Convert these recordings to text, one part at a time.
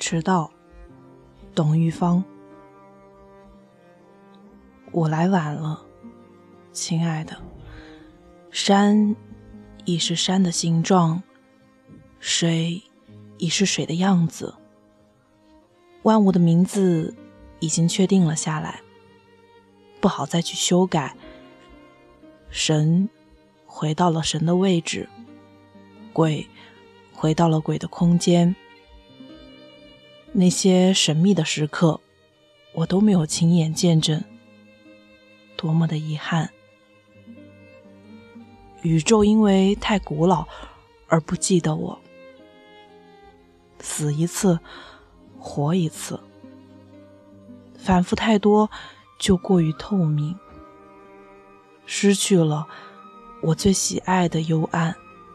迟到，董玉芳。我来晚了，亲爱的。山已是山的形状，水已是水的样子，万物的名字已经确定了下来，不好再去修改。神回到了神的位置，鬼回到了鬼的空间。那些神秘的时刻，我都没有亲眼见证，多么的遗憾。宇宙因为太古老而不记得我，死一次，活一次，反复太多就过于透明，失去了我最喜爱的幽暗。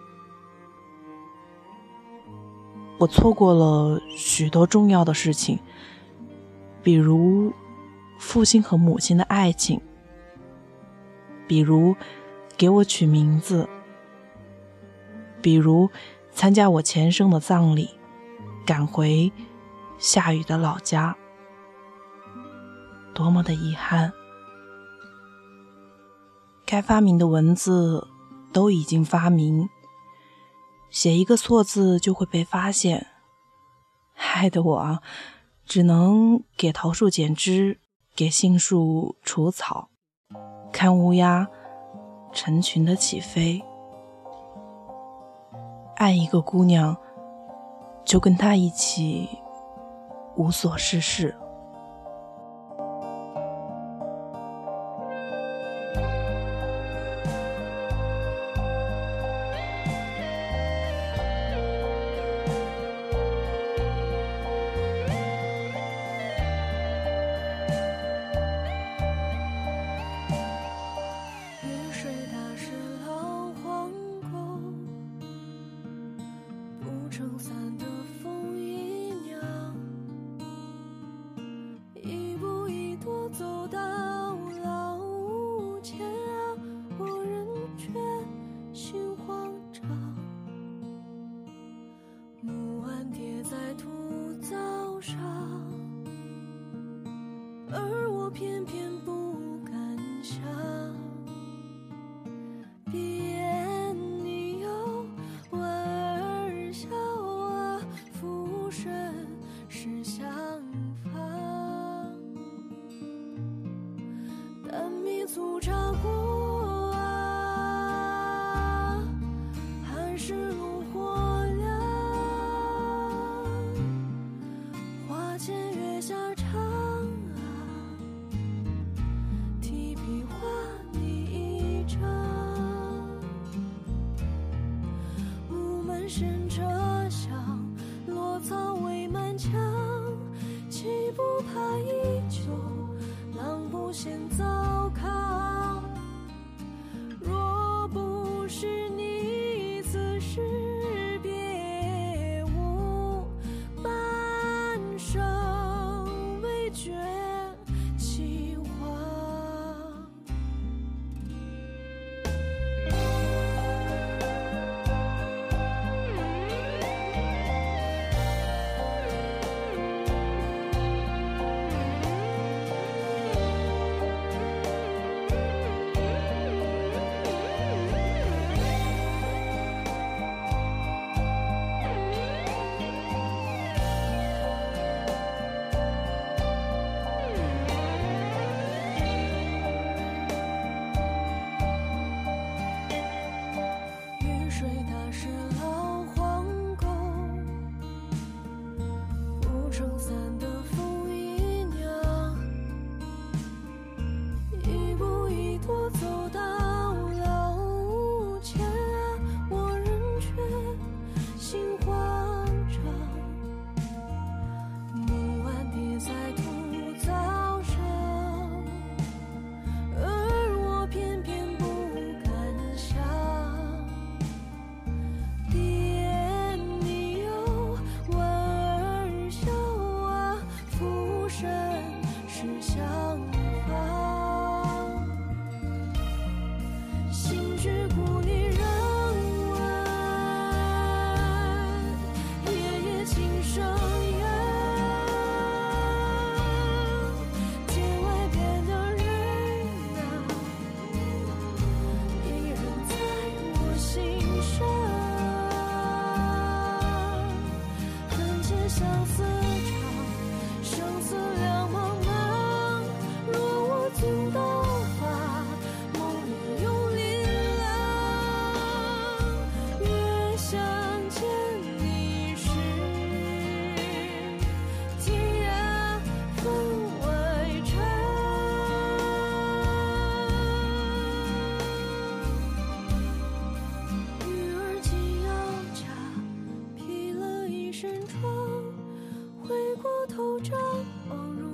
我错过了许多重要的事情，比如父亲和母亲的爱情，比如给我取名字，比如参加我前生的葬礼，赶回下雨的老家。多么的遗憾！该发明的文字都已经发明，写一个错字就会被发现，害得我啊，只能给桃树剪枝，给杏树除草，看乌鸦成群的起飞。爱一个姑娘，就跟她一起无所事事。 撑伞的风姨娘，一步一跎走到老屋前啊，我仍觉心慌张。木案叠在土灶上，而我偏偏不敢想。粗茶过啊，还是炉火亮。花前月下长啊，提笔画你一张。木门深车厢，落草为满墙。气不怕依旧，狼不嫌糟糠。若不是你此时别无半生未觉凄惶。 相思长，生死两茫茫。若我尽刀法，梦里有琳琅。越想见你时，天涯分外长。女儿紧咬茶，披了一身妆，回过头找如